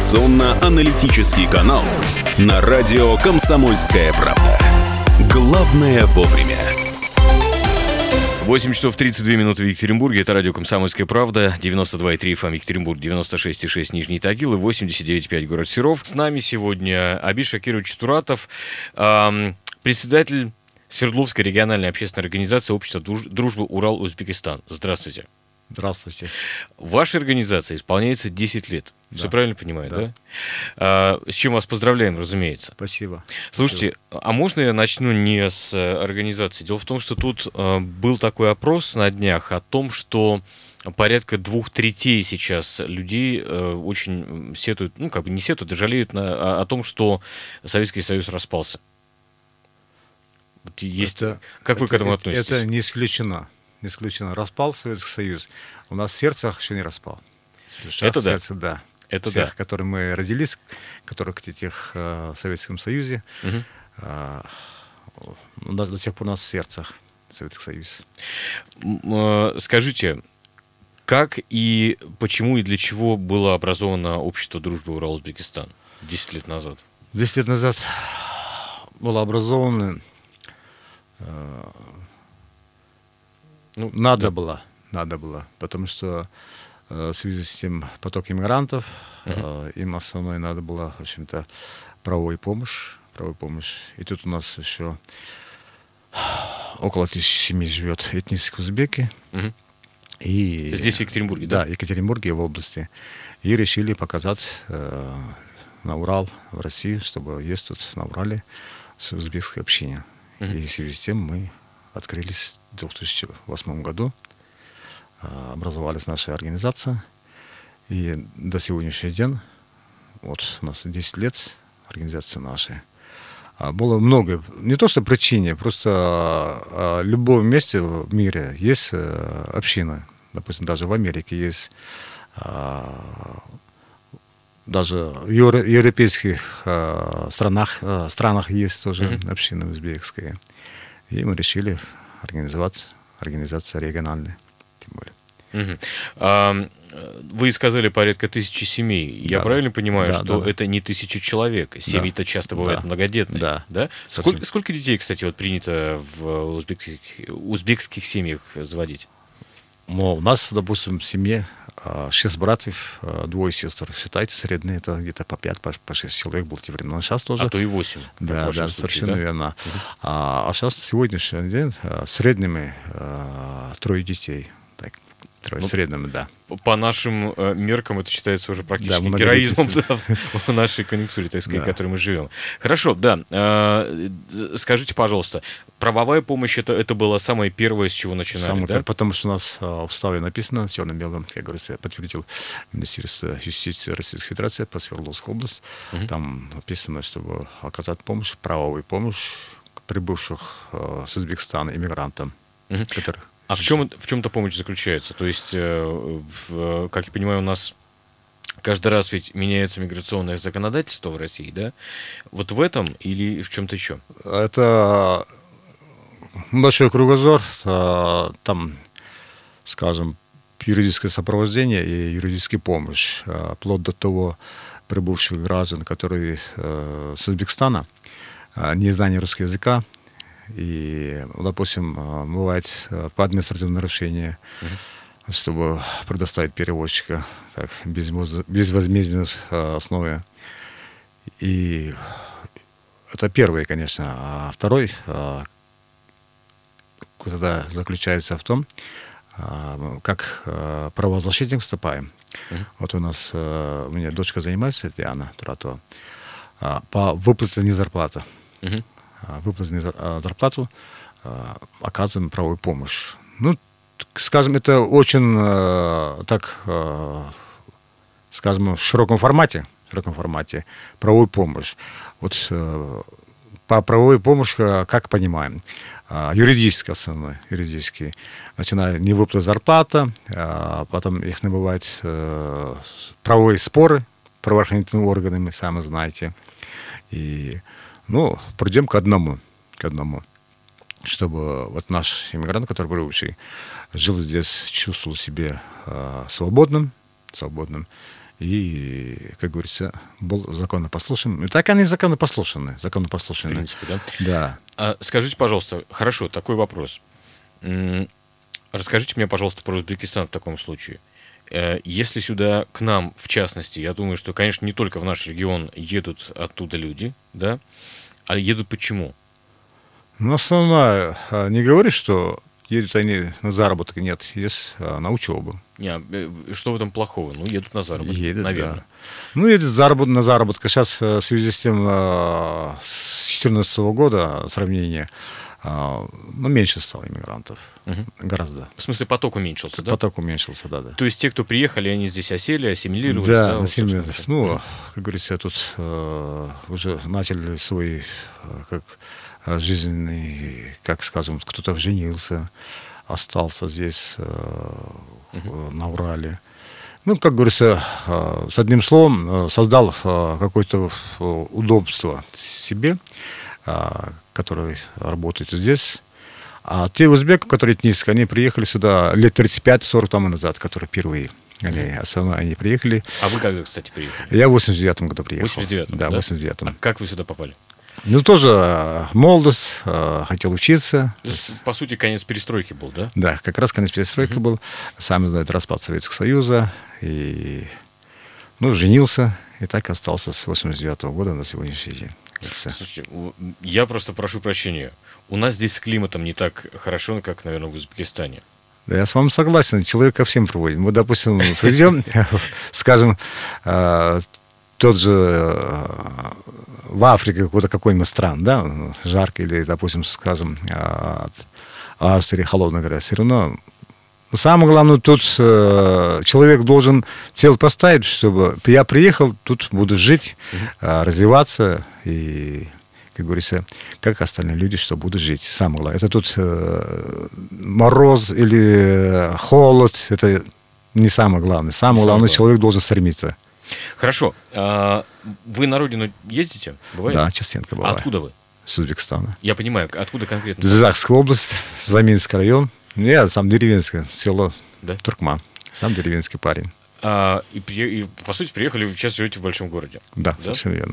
информационно-аналитический канал на радио «Комсомольская правда». Главное вовремя. 8 часов 32 минуты в Екатеринбурге. Это радио «Комсомольская правда». 92,3 FM Екатеринбург, 96,6 Нижний Тагил и 89,5 город Серов. С нами сегодня Абид Шакирович Туратов, председатель Свердловской региональной общественной организации Общества дружбы Урал-Узбекистан. Здравствуйте. Здравствуйте. Вашей организации исполняется 10 лет. Да. Все правильно понимаю, да? С чем вас поздравляем, разумеется. Спасибо. Слушайте, а можно я начну не с организации? Дело в том, что тут был такой опрос на днях о том, что порядка 2/3 сейчас людей очень сетуют, не сетуют, а жалеют о том, что Советский Союз распался. Как вы к этому относитесь? Это не исключено. Распал Советский Союз. У нас в сердцах еще не распал. Это да. Сердце, да. Это всех, да. которые мы родились, которые в Советском Союзе, до сих пор у нас в сердцах Советский Союз. Скажите, как и почему и для чего было образовано Общество дружбы Урал-Узбекистан 10 лет назад? 10 лет назад было образовано... Надо было, потому что в связи с тем поток иммигрантов, им основной надо было, в общем-то, правовая помощь. И тут у нас еще около 1000 семей живет этнические узбеки. И здесь, в Екатеринбурге, да? Да, в Екатеринбурге, в области. И решили показать на Урал, в Россию, чтобы есть тут на Урале узбекское общение. И в связи с тем мы открылись в 2008 году, образовалась наша организация, и до сегодняшнего дня, вот у нас 10 лет организации нашей, было много, не то что причин, просто в любом месте в мире есть община, допустим, даже в Америке есть, даже в европейских странах есть тоже община узбекская. И мы решили организовать организацию региональную, тем более. Вы сказали порядка 1000 семей. Я правильно понимаю, что это не 1000 человек? Семьи-то часто бывают многодетные. Да? Сколько детей, кстати, принято в узбекских семьях заводить? У нас, допустим, в семье 6 братьев, 2 сестер. Считайте, средний это где-то по 5, по 6 человек был в те времена. Сейчас тоже. А то и 8. Да, совершенно верно. А сейчас, сегодняшний день, средними 3 детей. Так, 3 средними, да. По нашим меркам это считается уже практически героизмом в нашей конъюнктуре, так сказать, в которой мы живем. Хорошо, да. Скажите, пожалуйста, правовая помощь это было самое первое, с чего начинали, да? Потому что у нас в уставе написано черным-белым, как говорится, подтвердил Министерство юстиции Российской Федерации по Свердловской области. Там написано, чтобы оказать помощь, правовую помощь прибывших с Узбекистана иммигрантам, которых... А в чем-то помощь заключается? То есть, как я понимаю, у нас каждый раз ведь меняется миграционное законодательство в России, да? Вот в этом или в чем-то еще? Это большой кругозор. Там, скажем, юридическое сопровождение и юридическая помощь. Вплоть до того прибывших граждан, которые с Узбекистана, незнание русского языка. И, допустим, бывает по административному нарушению, чтобы предоставить переводчика так, безвозмездной основе. И это первое, конечно. А второй, когда заключается в том, как правозащитник вступаем. Вот у меня дочка занимается, Диана Туратова, по выплате не зарплаты. Выплатить зарплату, оказываем правовую помощь. Скажем, это очень скажем, в широком формате правовую помощь. Вот по правовой помощи, как понимаем, юридически основной, начиная не выплата зарплата, потом их набывают правовые споры правоохранительными органами, сами знаете. И придем к одному, чтобы вот наш иммигрант, который прибывший, жил здесь, чувствовал себя свободным, и, как говорится, был законопослушным. И так они законопослушны. В принципе, да? Да. Скажите, пожалуйста, хорошо, такой вопрос. Расскажите мне, пожалуйста, про Узбекистан в таком случае. Если сюда, к нам, в частности, я думаю, что, конечно, не только в наш регион едут оттуда люди, да, а едут почему? Ну, основное, не говоришь, что едут они на заработок, нет, есть на учебу. Что в этом плохого? Ну, едут на заработок, Едут, наверное. да. Ну, едут на заработок. Сейчас в связи с тем, с 2014 года сравнение, меньше стало иммигрантов. Гораздо. В смысле, поток уменьшился, да? Поток уменьшился, да. То есть те, кто приехали, они здесь осели, ассимилировались? Да, вот, ассимилировались. Ну, как говорится, тут уже начали свой жизненный, как скажем, кто-то женился, остался здесь, на Урале. Ну, как говорится, с одним словом, создал какое-то удобство себе, который работает здесь. А те узбеки, которые этнические, они приехали сюда лет 35-40 тому назад, которые впервые. Они приехали. А вы когда, кстати, приехали? Я в 89-м году приехал. В 89-м? Да, в 89-м. А как вы сюда попали? Ну, тоже молодость, хотел учиться. По сути, конец перестройки был, да? Да, как раз конец перестройки был. Сами знаете, распад Советского Союза. И, женился. И так остался с 89-го года на сегодняшний день. Слушайте, я просто прошу прощения. У нас здесь с климатом не так хорошо, как, наверное, в Узбекистане. Да, я с вами согласен. Человек ко всем проводит. Мы, допустим, придем, скажем, тот же в Африке какой-нибудь стран, да, жарко, или, допустим, скажем, от Австрии холодно, говорят, все равно. Самое главное, тут человек должен цель поставить, чтобы я приехал, тут буду жить, развиваться и, как говорится, как остальные люди, что будут жить. Самое главное. Это тут мороз или холод, это не самое главное. Самое главное, человек должен стремиться. Хорошо. Вы на родину ездите? Бывает? Да, частенько бывает. А откуда вы? С Узбекистана. Я понимаю, откуда конкретно? Дзахская область, Заминский район. Я сам деревенский, село Туркман. Сам деревенский парень. И, по сути, приехали, вы сейчас живете в большом городе. Да, совершенно верно.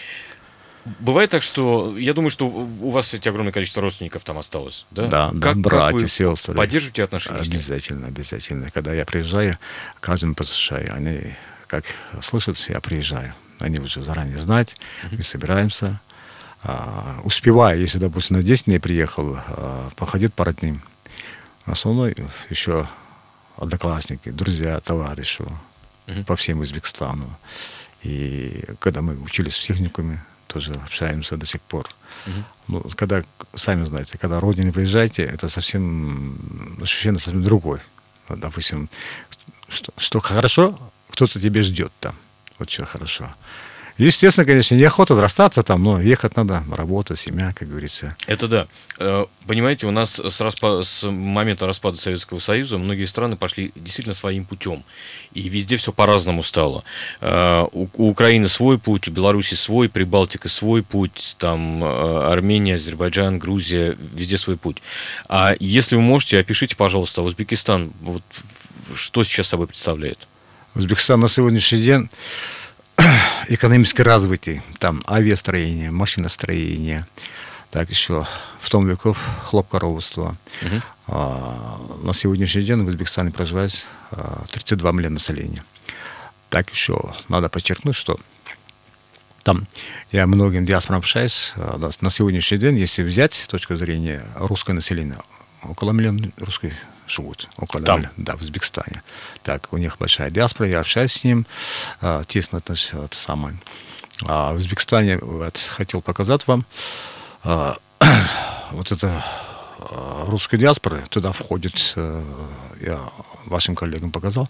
Бывает так, что, я думаю, что у вас эти огромное количество родственников там осталось, да? Да, братья, сестры. Поддерживаете отношения? Обязательно. Когда я приезжаю, каждому посещаю. Они, как слышат, я приезжаю. Они уже заранее знают, мы собираемся. Успеваю, если, допустим, на 10 дней приехал, походить по родным. Основной еще одноклассники, друзья, товарищи по всему Узбекистану. И когда мы учились в техникуме, тоже общаемся до сих пор. Когда, сами знаете, когда родине приезжаете, это совсем ощущение совсем другое. Допустим, что хорошо, кто-то тебе ждет там. Вот что хорошо. Естественно, конечно, неохота расстаться там, но ехать надо, работа, семья, как говорится. Это да. Понимаете, у нас с момента распада Советского Союза многие страны пошли действительно своим путем. И везде все по-разному стало. У Украины свой путь, у Беларуси свой, Прибалтика свой путь, там Армения, Азербайджан, Грузия, везде свой путь. А если вы можете, опишите, пожалуйста, Узбекистан, вот что сейчас собой представляет? Узбекистан на сегодняшний день экономически развитый. Там авиастроение, машиностроение, так еще в том веков хлопководство. На сегодняшний день в Узбекистане проживает 32 миллиона населения. Так еще надо подчеркнуть, что там я многим диаспорам общаюсь. На сегодняшний день, если взять с точки зрения русского населения, около миллиона русских живут. Около миллиона, да, в Узбекистане. Так, у них большая диаспора, я общаюсь с ним, тесно отношусь, это самое. В Узбекистане, хотел показать вам, вот это русская диаспора, туда входит, я вашим коллегам показал,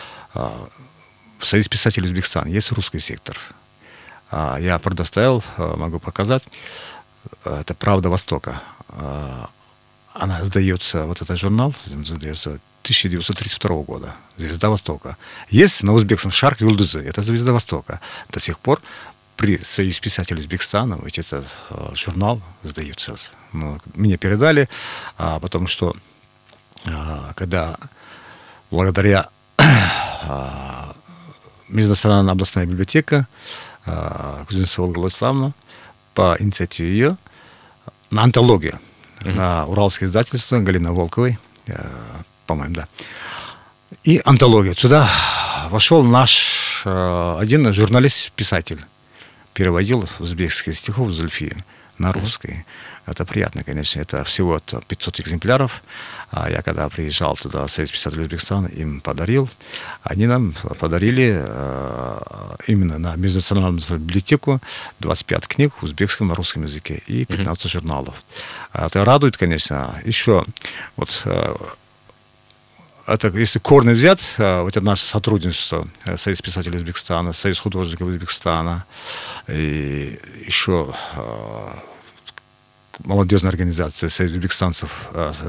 Союз писателей Узбекистана, есть русский сектор. Я предоставил, могу показать, это «Правда Востока». Она сдается, вот этот журнал, сдается 1932 года, «Звезда Востока». Есть на узбекском «Шарк Юлдузы», это «Звезда Востока». До сих пор при Союзе писателей Узбекистана этот журнал сдается. Мне передали, потому что когда благодаря Межнациональная областная библиотека Кузнецова Ольга Владиславовна по инициативе ее на антологию, на уральское издательство Галины Волковой, по-моему, да. И антология. Туда вошел наш один журналист-писатель, переводил с узбекских стихов Зульфии на русский. Это приятно, конечно. Это всего 500 экземпляров. Я когда приезжал туда, Союз писателей Узбекистана, им подарил. Они нам подарили именно на Межнациональную библиотеку 25 книг в узбекском на русском языке и 15 журналов. Это радует, конечно. Еще вот это, если корни взять, вот это наше сотрудничество Союз писателей Узбекистана, Союз художников Узбекистана, и еще молодежная организация Союз узбекистанцев,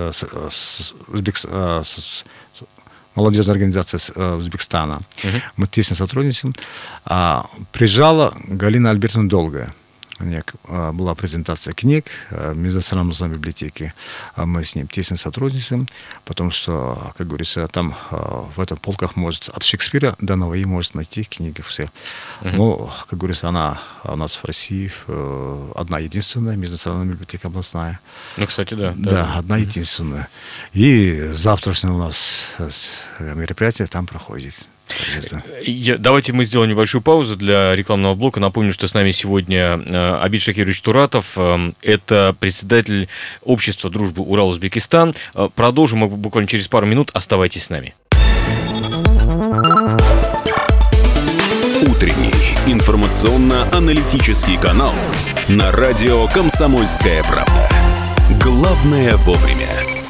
молодежная организация Узбекистана. Мы тесно сотрудничаем. Приезжала Галина Альбертовна Долгая. У меня была презентация книг в Межнациональной библиотеке. Мы с ним тесно сотрудничаем, потому что, как говорится, там в этом полках может от Шекспира до Наваи может найти книги все. Но, как говорится, она у нас в России одна единственная Межнациональная библиотека областная. Ну, кстати, да. Да, одна единственная. И завтрашнее у нас мероприятие там проходит. Давайте мы сделаем небольшую паузу для рекламного блока. Напомню, что с нами сегодня Абид Шакирович Туратов. Это председатель общества дружбы Урал-Узбекистан. Продолжим мы буквально через пару минут. Оставайтесь с нами. Утренний информационно-аналитический канал на радио «Комсомольская правда». Главное вовремя.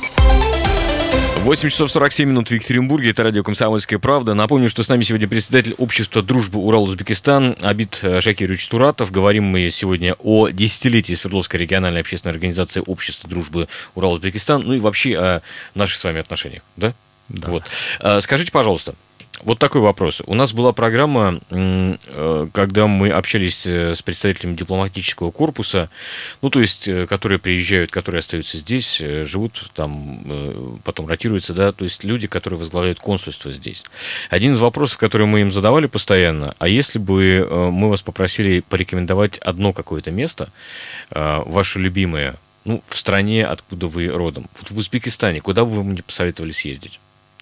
8 часов 47 минут в Екатеринбурге. Это радио «Комсомольская правда». Напомню, что с нами сегодня председатель общества дружбы Урал-Узбекистан Абид Шакирович Туратов. Говорим мы сегодня о десятилетии Свердловской региональной общественной организации общества дружбы Урал-Узбекистан. Ну и вообще о наших с вами отношениях. Да? Да. Вот. Скажите, пожалуйста, вот такой вопрос. У нас была программа, когда мы общались с представителями дипломатического корпуса, ну, то есть, которые приезжают, которые остаются здесь, живут там, потом ротируются, да, то есть люди, которые возглавляют консульство здесь. Один из вопросов, который мы им задавали постоянно, а если бы мы вас попросили порекомендовать одно какое-то место, ваше любимое, ну, в стране, откуда вы родом, вот в Узбекистане, куда бы вы мне посоветовали съездить?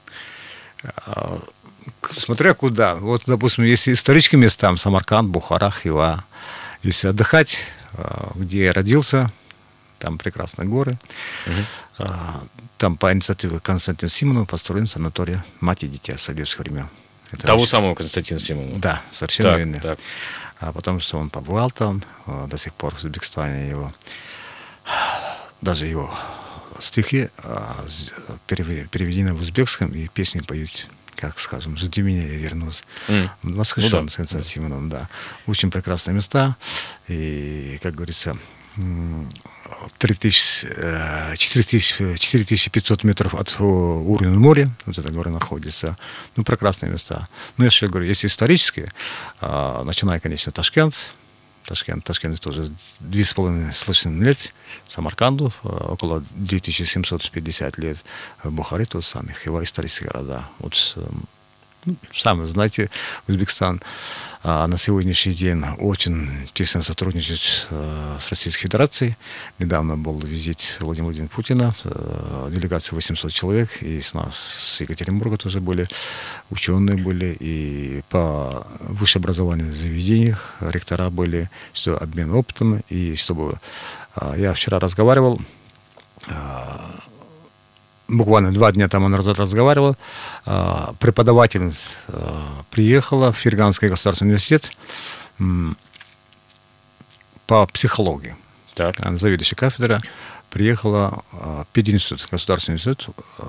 Смотря куда. Вот, допустим, если исторические места, Самарканд, Бухара, Хива. Если отдыхать, где я родился, там прекрасные горы. Там по инициативе Константина Симонова построен санаторий «Мать и дитя» советских времен. Это того самого Константина Симонова? Да, совершенно верно. Так. Потому что он побывал там, до сих пор в Узбекистане его. Даже его стихи переведены в узбекском, и песни поют, как скажем, «Жди меня, я вернусь». Восхищен с Константином Симоновым, да. Очень прекрасные места. И, как говорится, 4500 метров от уровня моря, вот это горе находится. Ну, прекрасные места. Ну, я еще говорю, если исторические, начиная, конечно, Ташкент тоже 2,5 с лишним лет, Самарканду около 2750 лет, в Бухаре тот самый, Хива, исторические города. Вот, сами знаете, Узбекистан на сегодняшний день очень тесно сотрудничает с Российской Федерацией. Недавно был визит Владимира Владимировича Путина, делегация 800 человек, и с нас, с Екатеринбурга тоже были, ученые были, и по высшеобразовательным заведениях ректора были, что обмен опытом, и чтобы... Я вчера разговаривал, буквально 2 дня тому назад разговаривал, преподавательница приехала в Ферганский государственный университет по психологии. Так. Она заведующая кафедра, приехала в пединститут, государственный институт,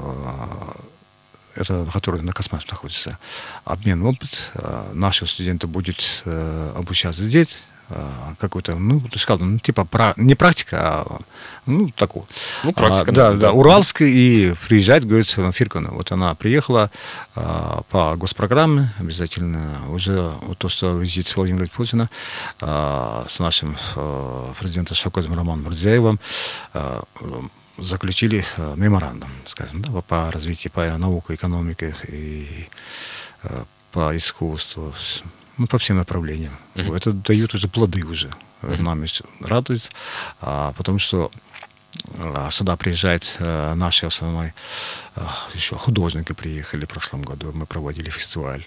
это, который на Космосе находится, обмен опыт. Наши студенты будут обучаться здесь, какой-то, ну, сказано, типа, не практика, а, ну, такого. Ну, практика. Да, уральский, и приезжает, говорит, Фиркина. Вот она приехала по госпрограмме, обязательно, уже вот то, что визит Владимира Путина с нашим президентом Шавкатом Романом Мирзиевым заключили меморандум, скажем, да, по развитию, по науке, экономике и по искусству, по всем направлениям. Это дает уже плоды уже. Нам радует, потому что сюда приезжают наши основные еще художники приехали в прошлом году, мы проводили фестиваль,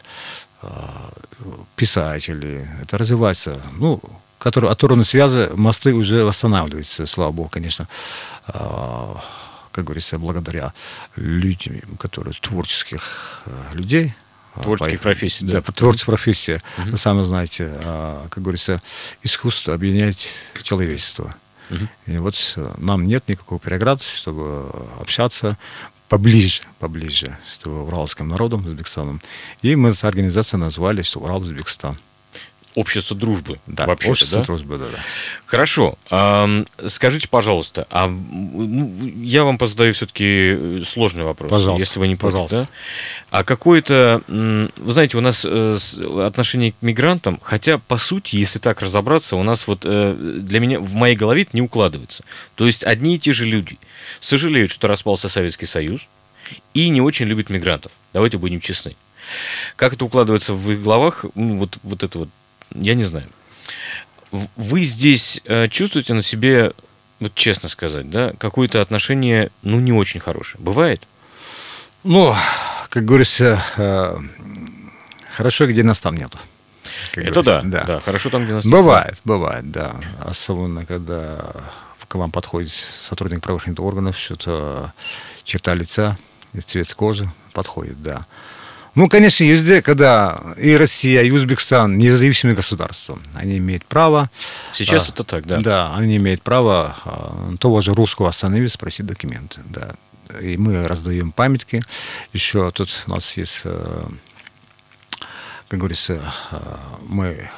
писатели, это развивается, оторванные связи, мосты уже восстанавливаются, слава богу, конечно, как говорится, благодаря людям, которые творческих людей. Творческих профессий, да? Да, творческая профессия. Вы сами знаете, как говорится, искусство объединяет человечество. И вот нам нет никакого преград, чтобы общаться поближе с уральским народом, Узбекистаном. И мы эту организацию назвали, что Урал-Узбекистан. Общество дружбы. Да, общество дружбы, да. Хорошо. Скажите, пожалуйста, я вам позадаю все-таки сложный вопрос, пожалуйста, если вы не против. Да? А какое-то, вы знаете, у нас отношение к мигрантам, хотя, по сути, если так разобраться, у нас вот для меня, в моей голове это не укладывается. То есть одни и те же люди сожалеют, что распался Советский Союз, и не очень любят мигрантов. Давайте будем честны. Как это укладывается в их головах, вот это вот, я не знаю. Вы здесь чувствуете на себе, вот честно сказать, да, какое-то отношение, не очень хорошее? Бывает? Как говорится, хорошо, где нас там нету. Это да, хорошо там, где нас нету. Бывает, да. Особенно, когда к вам подходит сотрудник правоохранительных органов, что-то черта лица, цвет кожи подходит, да. Конечно, везде, когда и Россия, и Узбекистан независимые государства, они имеют право... Сейчас это так, да? Да, они имеют право того же русского остановить, спросить документы, да. И мы раздаем памятки. Еще тут у нас есть, как говорится, мы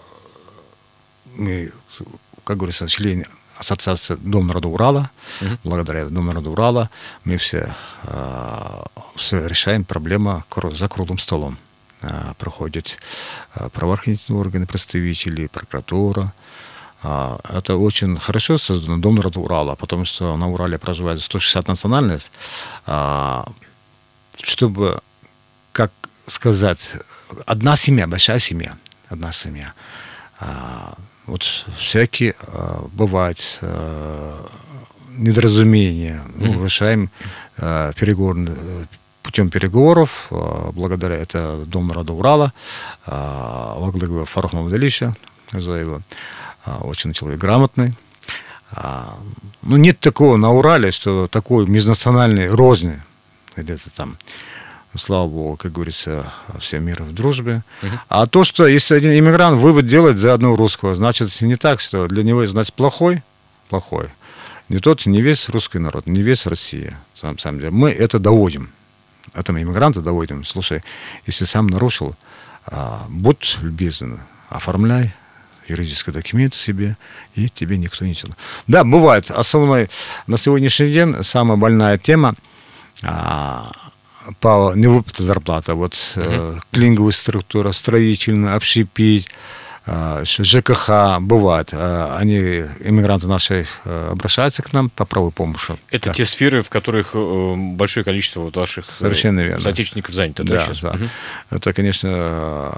как говорится, члены Ассоциации Дом народа Урала. Благодаря Дому народа Урала мы все решаем проблему за круглым столом. Проходят правоохранительные органы, представители, прокуратура. Это очень хорошо создано Дом народа Урала, потому что на Урале проживает 160 национальностей. Чтобы, как сказать, одна семья, большая семья, одна семья. Вот всякие бывают недоразумения. Решаем путем переговоров. Благодаря это Дом народа Урала во главе Фаруха Мамадалича, очень человек грамотный. Нет такого на Урале, что такой межнациональный розни где-то там. Слава богу, как говорится, все мир в дружбе. А то, что если один иммигрант вывод делает за одного русского, значит, не так, что для него, значит, плохой. Не тот, не весь русский народ, не весь Россия. На самом деле. Мы это доводим. Этому иммигранту доводим. Слушай, если сам нарушил, будь любезен, оформляй юридический документ себе, и тебе никто не тянет. Да, бывает. Основной на сегодняшний день самая больная тема по невыплате зарплаты. Вот клининговая структура, строительная, общепит, ЖКХ бывает. Они, иммигранты наши, обращаются к нам по правовой помощи. Это те сферы, в которых большое количество вот ваших соотечественников занято, да, сейчас? Да. Это, конечно,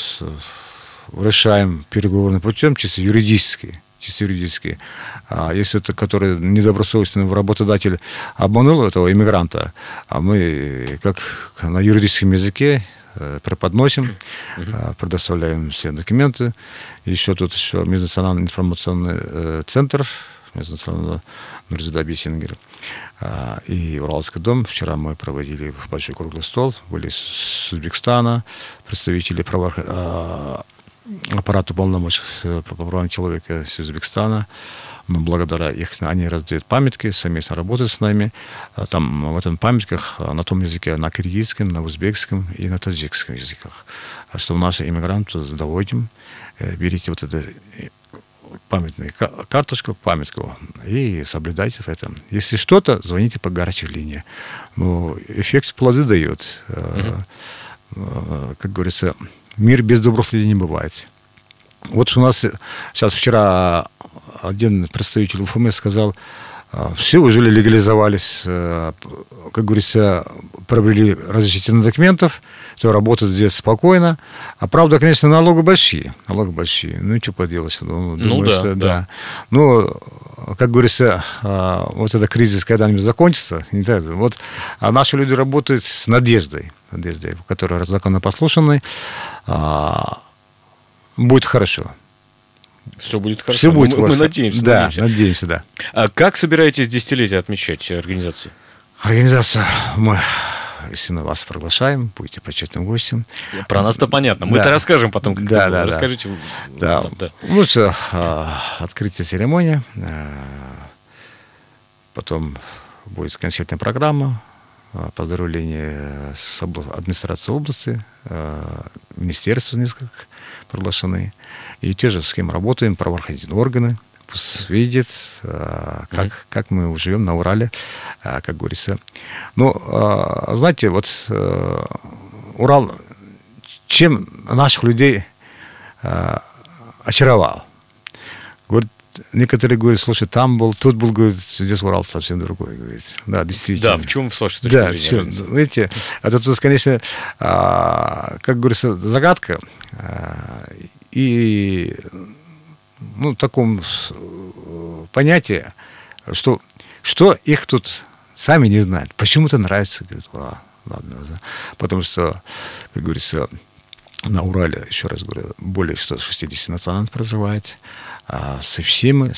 решаем переговорным путем, чисто юридически. Если это, который недобросовестный работодатель обманул этого иммигранта, а мы, как на юридическом языке, преподносим, предоставляем все документы. Еще Межнациональный информационный центр, Межнациональный Нурзида Бесингер и Уральский дом. Вчера мы проводили большой круглый стол, были с Узбекистана, представители аппарата полномочий по правам человека с Узбекистана. Но благодаря их, они раздают памятки, совместно работают с нами. Там в этом памятках на том языке, на киргизском, на узбекском и на таджикском языках. Что наши иммигранты доводим, берите вот эту памятную карточку, памятку и соблюдайте в этом. Если что-то, звоните по горячей линии. Эффект плоды дает. Как говорится, мир без добрых людей не бывает. Вот у нас сейчас вчера один представитель УФМС сказал, Все уже легализовались, как говорится, провели разрешительных документов, то работают здесь спокойно. А правда, конечно, налоги большие. Ну, что поделать? Думаю, да, что, да. Ну, как говорится, вот этот кризис когда-нибудь закончится. Вот, а наши люди работают с надеждой, которая законопослушная. Будет хорошо. Все будет хорошо. Все будет мы надеемся. Да, надеемся, да. А как собираетесь десятилетие отмечать организации? Организация мы, если на вас приглашаем, будете почетным гостем. Про нас-то понятно. Мы-то расскажем потом, как это было. Расскажите. Да. Лучше открытие церемонии, потом будет концертная программа, поздравления с администрацией области, министерства несколько приглашены. И те же, с кем работаем, правоохранительные органы, пусть видят, как мы живем на Урале, как говорится. Ну, знаете, вот Урал, чем наших людей очаровал? Говорит, некоторые говорят, слушай, там был, тут был, говорит, здесь Урал совсем другой, говорит. Да, действительно. Да, в чем, с вашей точки зрения? Да, видите, это тут, конечно, как говорится, загадка. И в таком понятии, что их тут сами не знают. Почему-то нравится, говорит, ладно, да. Потому что, как говорится, на Урале, еще раз говорю, более 160 национальностей проживает. Со всеми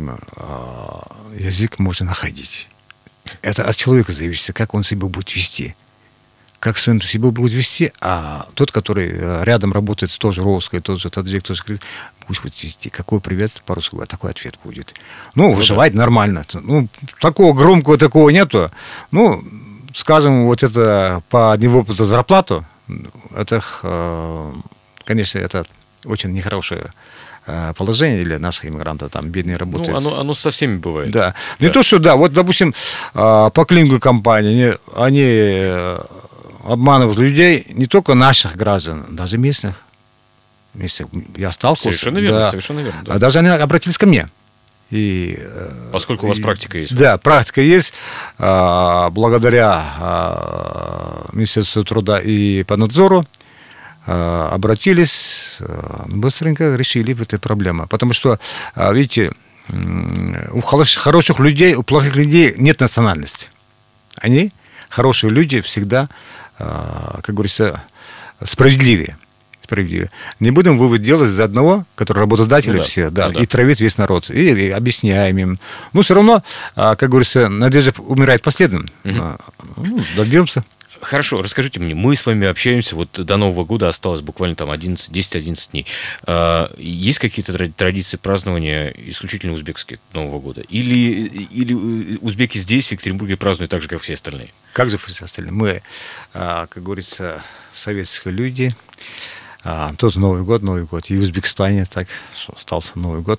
язык можно находить. Это от человека зависит, как он себя будет вести. Как сын себя будет вести, а тот, который рядом работает, тоже русский, тот же таджик, тоже будет вести. Какой привет, по-русски говоря, такой ответ будет. Выживать нормально. Такого громкого такого нету. Скажем, вот это по невыплате зарплату, это, конечно, это очень нехорошее положение для наших иммигрантов, там бедные работают. Оно со всеми бывает. Да. Не то, что да, вот, допустим, по клининговой компании, они обманывают людей, не только наших граждан, даже местных. Я сталкивался. Совершенно верно, совершенно верно. Да. А даже они обратились ко мне. Поскольку у вас практика есть. Да, практика есть. Благодаря Министерству труда и по надзору обратились, быстренько решили эту проблему. Потому что, видите, у хороших людей, у плохих людей нет национальности. Они, хорошие люди, всегда, как говорится, справедливее. Не будем вывод делать за одного, который работодатель, и травить весь народ. И объясняем им. Все равно, как говорится, надежда умирает последним. Добьемся. Хорошо, расскажите мне, мы с вами общаемся, вот до Нового года осталось буквально там 10-11 дней. Есть какие-то традиции празднования исключительно узбекские Нового года? Или узбеки здесь, в Екатеринбурге, празднуют так же, как все остальные? Как же все остальные? Мы, как говорится, советские люди. Тут Новый год, и в Узбекистане так остался Новый год.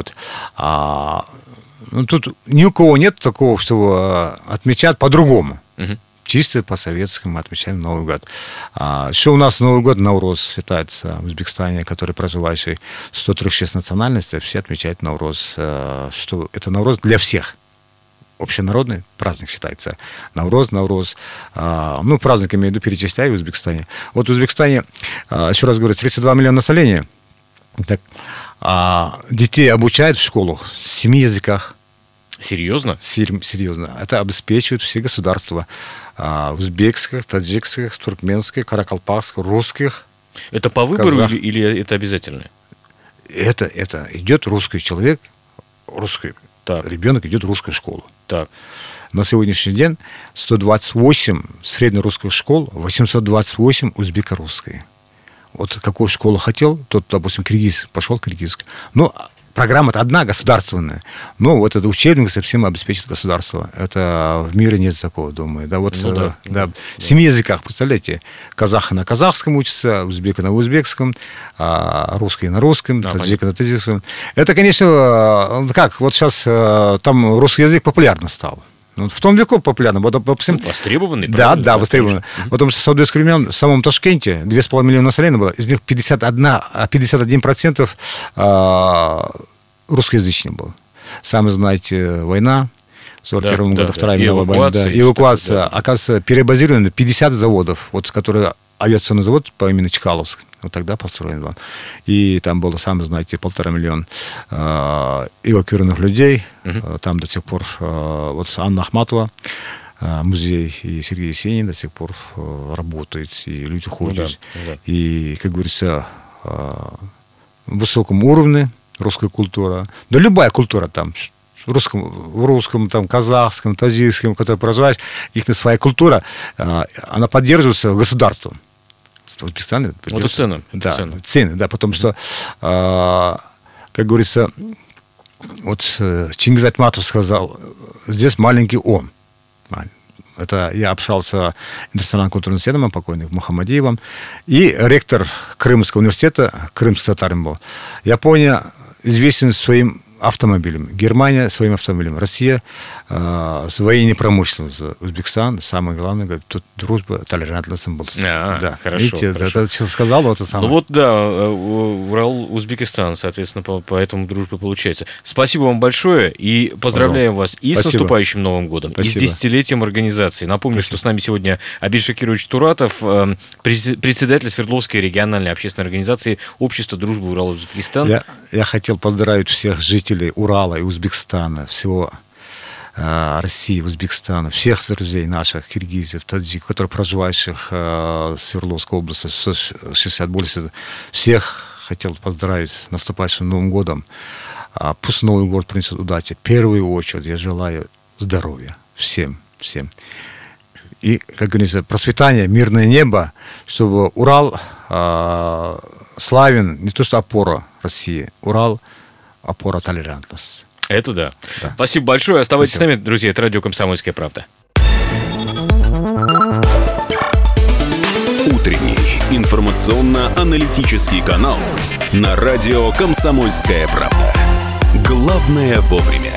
Тут ни у кого нет такого, что отмечать по-другому. Чисто по-советскому отмечаем Новый год. Еще у нас Новый год Навроз считается в Узбекистане, который проживающий 136 национальностей, все отмечают Навроз, что это Навроз для всех. Общенародный праздник считается. Навроз. Праздник, имею в виду, перечисляю в Узбекистане. Вот в Узбекистане, еще раз говорю, 32 миллиона населения. Так, детей обучают в школах в 7 языках. Серьезно? Серьезно. Это обеспечивают все государства. Узбекских, таджикских, туркменских, каракалпакских, русских. Это по выбору или это обязательно? Это идет русский человек, ребенок идет в русскую школу. Так. На сегодняшний день 128 среднерусских школ, 828 узбеко-русские. Вот какую школу хотел, тот, допустим, киргиз, пошел киргизский. Программа-то одна, государственная. Вот этот учебник совсем обеспечит государство. Это в мире нет такого, думаю. Да, вот, в 7 языках, представляете, казахи на казахском учатся, узбеки на узбекском, русские на русском, таджики на таджикском. Это, конечно, вот сейчас там русский язык популярно стал. В том веку популярно. Востребованный? Да, востребованный. Потому что в советское время в самом Ташкенте 2,5 миллиона населения было, из них 51% русскоязычный был. Сами знаете, война, 1941 году, да. Вторая мировая война. Да. Эвакуация. Да. Оказывается, перебазированы 50 заводов, вот, которые авиационный завод по имени Чкаловск. Вот тогда построен был. И там было, сами знаете, 1,5 миллиона эвакуированных людей. Там до сих пор вот Анна Ахматова, музей, и Сергей Есенин до сих пор работает, и люди ходят. Да. И, как говорится, в высоком уровне русская культура. Да любая культура там, в русском, там, казахском, таджикском, который проживает, их своя культура, она поддерживается государством. В Узбекистане. Это ценно. Цены, да, потому что, как говорится, вот Чингиз Айтматов сказал, здесь маленький ом. Это я общался с Интернациональным культурным центром покойным Мухаммадиевым и ректор Крымского университета, крымский татарин был. Япония известен своим автомобилем, Германия своим автомобилем, Россия своей непромышленностью, Узбекистан, самое главное, говорит, тут дружба, толерантность был. Да, хорошо. Видите, хорошо. Это сказал, вот это самое. Ну вот, да, Урал, Узбекистан, соответственно, поэтому дружба получается. Спасибо вам большое и поздравляем вас и с наступающим Новым годом, и с десятилетием организации. Напомню, что с нами сегодня Абиль Шакирович Туратов, председатель Свердловской региональной общественной организации Общества дружбы Урал-Узбекистан. Я хотел поздравить всех жителей Урала и Узбекистана, всего России, Узбекистана, всех друзей наших, киргизов, таджиков, которые проживающих в Свердловской области, 60 больше, всех хотел поздравить с наступающим Новым годом. Пусть Новый год принесет удачи. В первую очередь я желаю здоровья всем. И, как говорится, процветание, мирное небо, чтобы Урал славен, не то что опора России, Урал опора толерантности. Это да. Спасибо большое. Оставайтесь с нами, друзья. Это радио «Комсомольская правда». Утренний информационно-аналитический канал на радио «Комсомольская правда». Главное вовремя.